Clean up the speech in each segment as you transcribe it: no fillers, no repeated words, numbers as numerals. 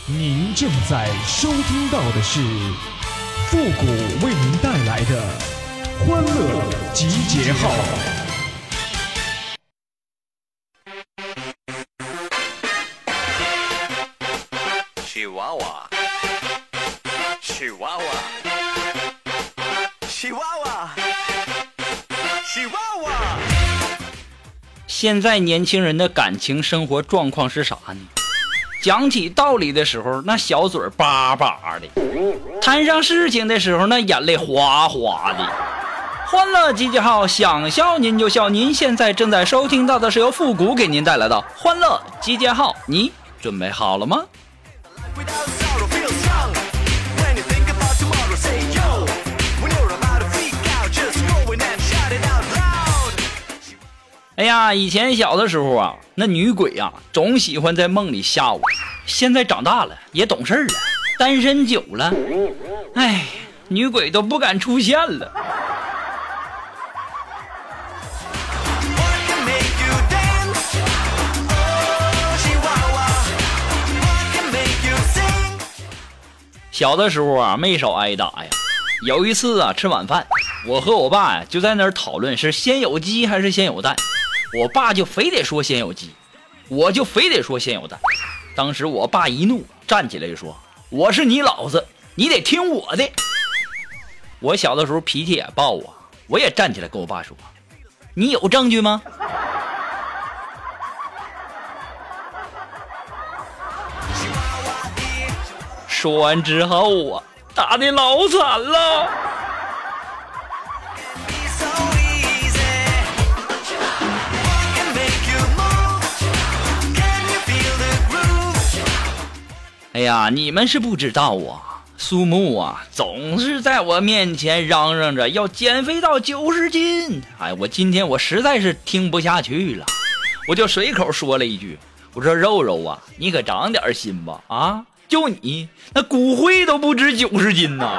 您正在收听到的是复古为您带来的欢乐集结号。 chihuahua chihuahua chihuahua chihuahua。 现在年轻人的感情生活状况是啥呢？讲起道理的时候那小嘴巴巴的，谈上事情的时候那眼泪哗哗的。欢乐集结号，想笑您就笑。您现在正在收听到的是由复古给您带来的欢乐集结号，你准备好了吗？哎呀，以前小的时候啊，那女鬼啊总喜欢在梦里吓我。现在长大了也懂事了，单身久了，哎，女鬼都不敢出现了。小的时候啊，没少挨打呀。有一次啊，吃晚饭，我和我爸呀就在那儿讨论是先有鸡还是先有蛋。我爸就非得说先有鸡，我就非得说先有蛋。当时我爸一怒，站起来就说：“我是你老子，你得听我的。”我小的时候脾气也暴啊，我也站起来跟我爸说：“你有证据吗？”说完之后啊，打得老惨了。哎呀，你们是不知道啊，苏木啊总是在我面前嚷嚷着要减肥到90斤。哎，我今天实在是听不下去了，我就随口说了一句，我说肉肉啊，你可长点心吧啊！就你那骨灰都不值90斤呐。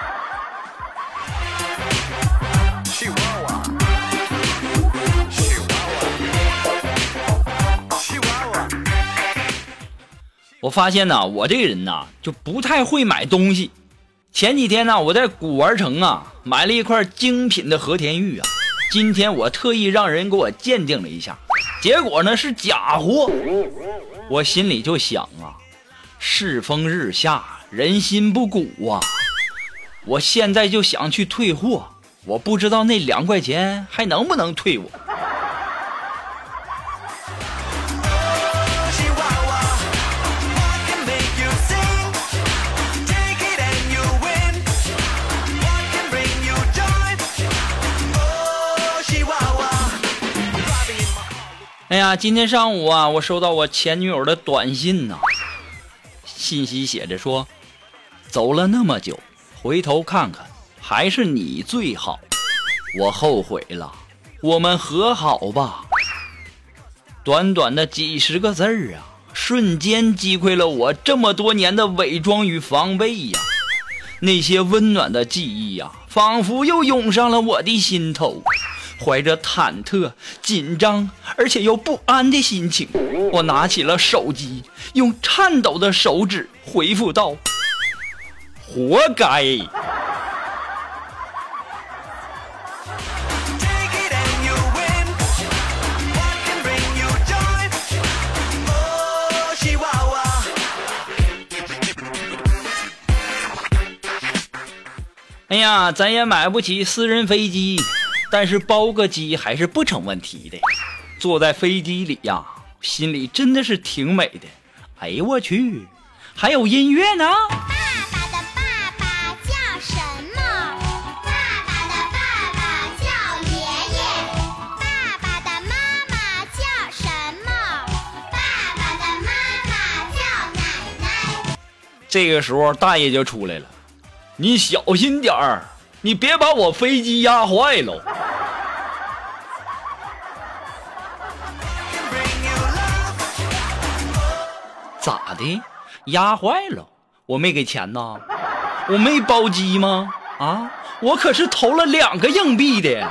我发现呢，我这个人呢就不太会买东西。前几天呢，我在古玩城啊买了一块精品的和田玉啊，今天我特意让人给我鉴定了一下，结果呢是假货。我心里就想啊，世风日下，人心不古啊！我现在就想去退货，我不知道那2块钱还能不能退我。哎呀，今天上午啊，我收到我前女友的短信呐，信息写着说，走了那么久，回头看看，还是你最好，我后悔了，我们和好吧。短短的几十个字儿啊，瞬间击溃了我这么多年的伪装与防备呀。那些温暖的记忆呀，仿佛又涌上了我的心头。怀着忐忑、紧张而且又不安的心情，我拿起了手机，用颤抖的手指回复道：“活该。”哎呀，咱也买不起私人飞机，但是包个机还是不成问题的。坐在飞机里呀，心里真的是挺美的。哎呦我去，还有音乐呢。 爸爸的爸爸叫什么？爸爸的爸爸叫爷爷。爸爸的妈妈叫什么？爸爸的妈妈叫奶奶。 这个时候大爷就出来了，你小心点儿，你别把我飞机压坏了。咋的？压坏了？我没给钱呐？我没包机吗？啊，我可是投了2个硬币的。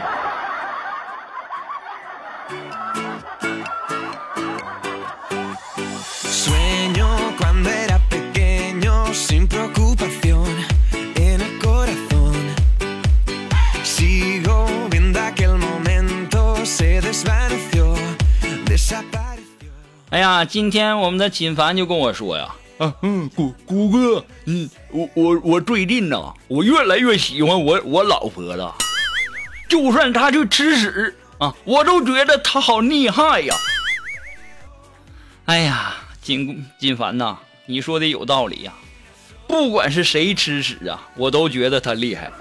呀，今天我们的金凡就跟我说呀，谷哥，我最近呢，我越来越喜欢我老婆了，就算她去吃屎啊，我都觉得她好厉害呀。哎呀，金凡呐，你说的有道理呀，不管是谁吃屎啊，我都觉得他厉害。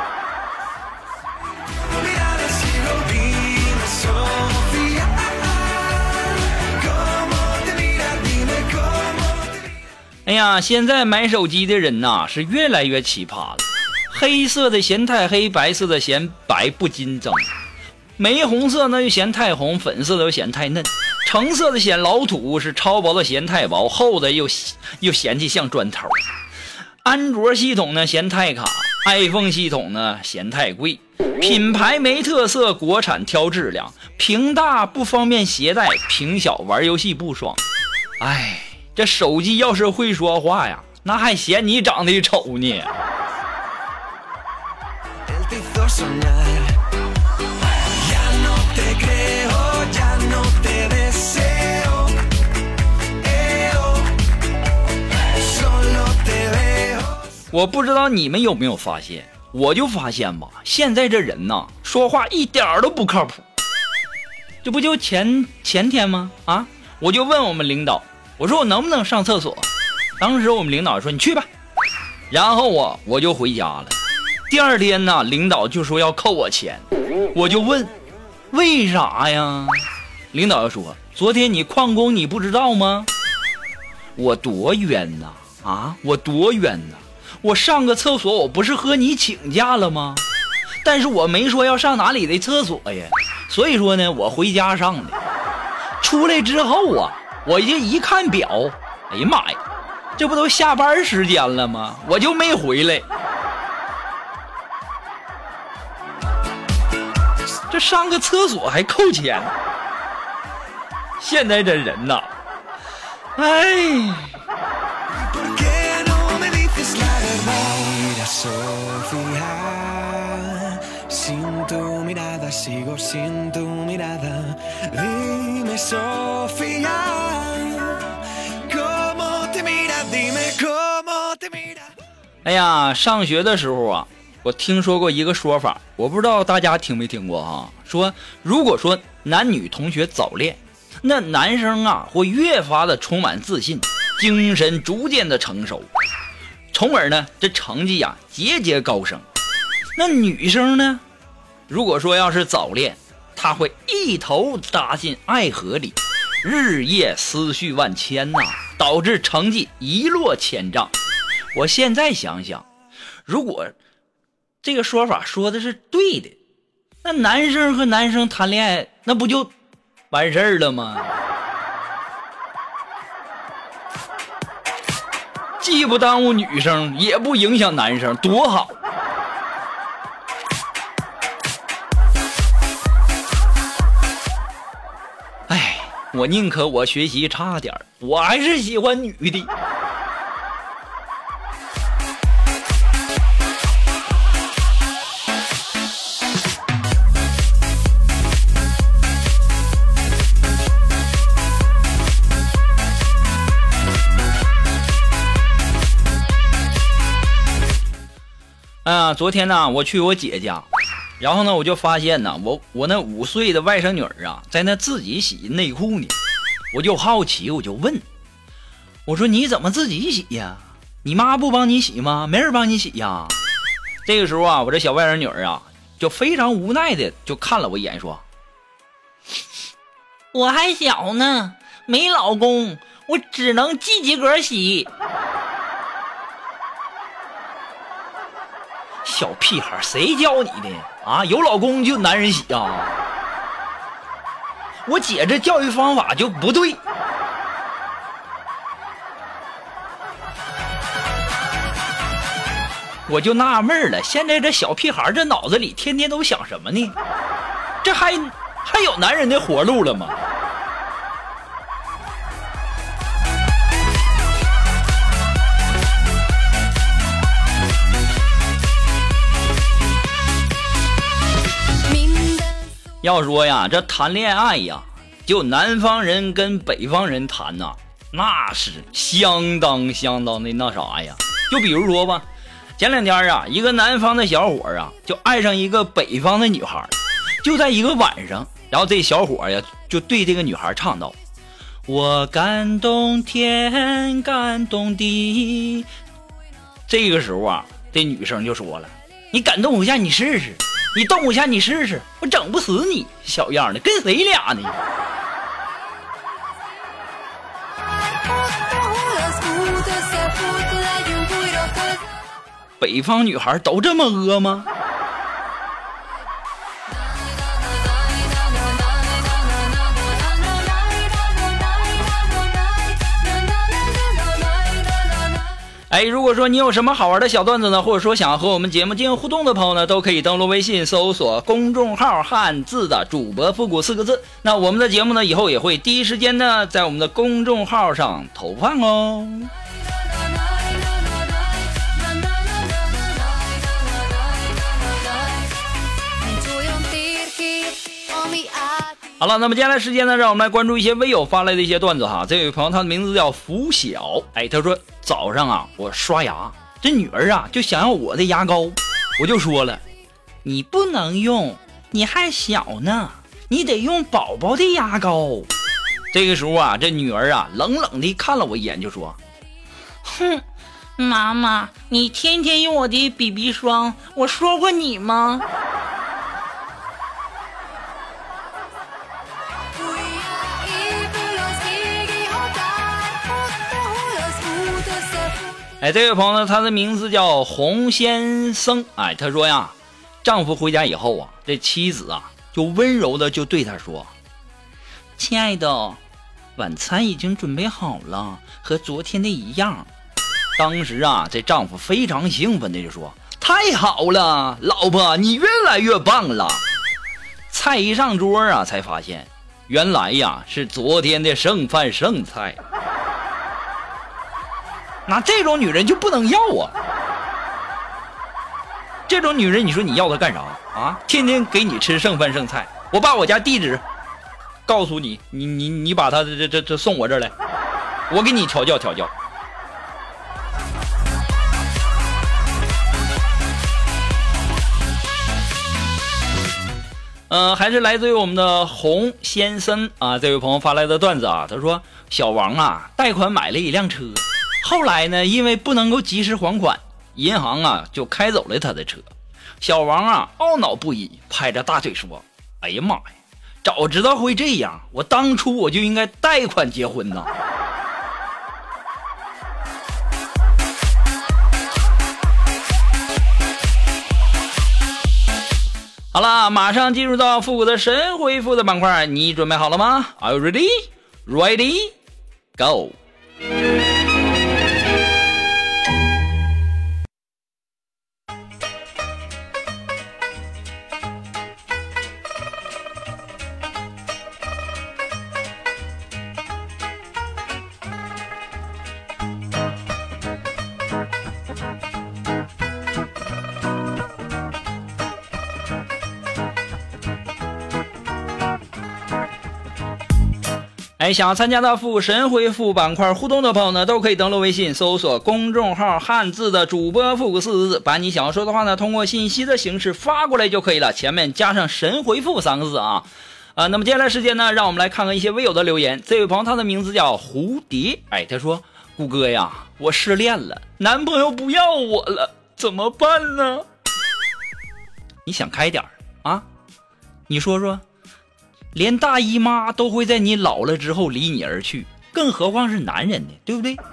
哎呀，现在买手机的人呐是越来越奇葩了，黑色的嫌太黑，白色的嫌白不经整，玫红色呢又嫌太红，粉色的又嫌太嫩，橙色的嫌老土，是超薄的嫌太薄，厚的又嫌弃像砖头。安卓系统呢嫌太卡， iPhone 系统呢嫌太贵，品牌没特色，国产挑质量，屏大不方便携带，屏小玩游戏不爽。哎，这手机要是会说话呀，那还嫌你长得丑呢。我不知道你们有没有发现，我就发现吧，现在这人呐，说话一点都不靠谱。这不就前天吗？啊，我就问我们领导，我说我能不能上厕所？当时我们领导说你去吧，然后我就回家了。第二天呢，领导就说要扣我钱，我就问为啥呀？领导说昨天你旷工你不知道吗？我多冤呐！啊，我多冤呐！我上个厕所我不是和你请假了吗？但是我没说要上哪里的厕所呀，所以说呢我回家上的。出来之后啊，我这一看表，哎呀妈呀，这不都下班时间了吗？我就没回来。这上个厕所还扣钱，现在这人呐，哎。哎呀，上学的时候啊，我听说过一个说法，我不知道大家听没听过哈。说如果说男女同学早恋，那男生啊会越发的充满自信，精神逐渐的成熟，从而呢这成绩啊节节高升。那女生呢，如果说要是早恋，她会一头扎进爱河里，日夜思绪万千呐，导致成绩一落千丈。我现在想想，如果这个说法说的是对的，那男生和男生谈恋爱，那不就完事儿了吗？既不耽误女生，也不影响男生，多好。哎，我宁可我学习差点，我还是喜欢女的。昨天呢，我去我姐家，然后呢，我就发现呢，我那5岁的外甥女儿啊，在那自己洗内裤呢。我就好奇，我就问，我说你怎么自己洗呀？你妈不帮你洗吗？没人帮你洗呀？这个时候啊，我这小外甥女儿啊，就非常无奈的就看了我一眼，说：“我还小呢，没老公，我只能自己个儿洗。”小屁孩，谁教你的啊？有老公就男人洗啊？我姐这教育方法就不对。我就纳闷了，现在这小屁孩这脑子里天天都想什么呢？这还有男人的活路了吗？要说呀，这谈恋爱呀， 就南方人跟北方人谈呐，那是相当的那啥呀。就比如说吧，前2天啊，一个南方的小伙啊，就爱上一个北方的女孩，就在一个晚上，然后这小伙呀就对这个女孩唱道：我感动天，感动地。这个时候啊，这女生就说了：你感动我一下，你试试；你动我一下，你试试，我整不死你，小样的，跟谁俩呢？北方女孩都这么恶吗？如果说你有什么好玩的小段子呢，或者说想要和我们节目进行互动的朋友呢，都可以登录微信搜索公众号汉字的主播复古4个字。那我们的节目呢，以后也会第一时间呢在我们的公众号上投放哦。好了，那么接下来时间呢，让我们来关注一些微友发来的一些段子哈。这位朋友他的名字叫福小，他说早上啊我刷牙，这女儿啊就想要我的牙膏，我就说了，你不能用，你还小呢，你得用宝宝的牙膏。这个时候啊，这女儿啊冷冷地看了我一眼，就说：哼，妈妈，你天天用我的 BB 霜，我说过你吗？这位朋友呢，他的名字叫洪先生。他说呀，丈夫回家以后啊，这妻子啊就温柔的就对他说：亲爱的，晚餐已经准备好了，和昨天的一样。当时啊，这丈夫非常兴奋的就说：太好了，老婆，你越来越棒了。菜一上桌啊，才发现原来呀是昨天的剩饭剩菜。那这种女人就不能要啊！这种女人，你说你要她干啥啊？天天给你吃剩饭剩菜。我把我家地址告诉你，你把她这送我这儿来，我给你调教调教。还是来自于我们的洪先生啊，这位朋友发来的段子啊，他说小王啊贷款买了一辆车。后来呢，因为不能够及时还款，银行啊就开走了他的车。小王啊懊恼不已，拍着大腿说：哎呀妈呀，早知道会这样，我当初我就应该贷款结婚呐。好了，马上进入到复古的神回复的板块，你准备好了吗？ Are you ready? Ready? Go!想要参加到复古神回复板块互动的朋友呢，都可以登录微信搜索公众号汉字的主播复古4个字，把你想要说的话呢通过信息的形式发过来就可以了，前面加上神回复3个字啊。那么接下来时间呢，让我们来看看一些微友的留言。这位朋友他的名字叫蝴蝶，他说顾哥呀，我失恋了，男朋友不要我了，怎么办呢？你想开点啊，你说说，连大姨妈都会在你老了之后离你而去，更何况是男人呢，对不对？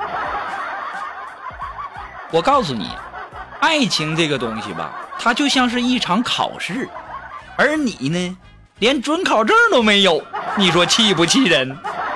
我告诉你，爱情这个东西吧，它就像是一场考试，而你呢，连准考证都没有，你说气不气人？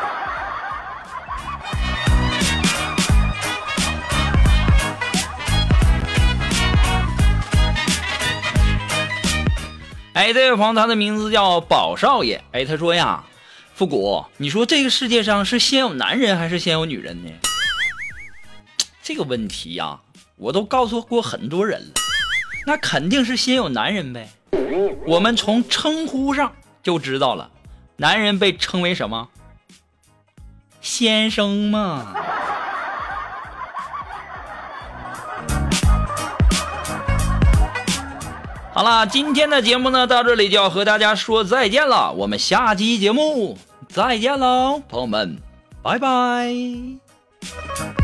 这位朋友他的名字叫宝少爷，他说呀，复古，你说这个世界上是先有男人还是先有女人呢？这个问题呀，我都告诉过很多人了，那肯定是先有男人呗。我们从称呼上就知道了， 男人被称为什么？先生嘛。好了，今天的节目呢，到这里就要和大家说再见了。我们下期节目再见喽，朋友们，拜拜。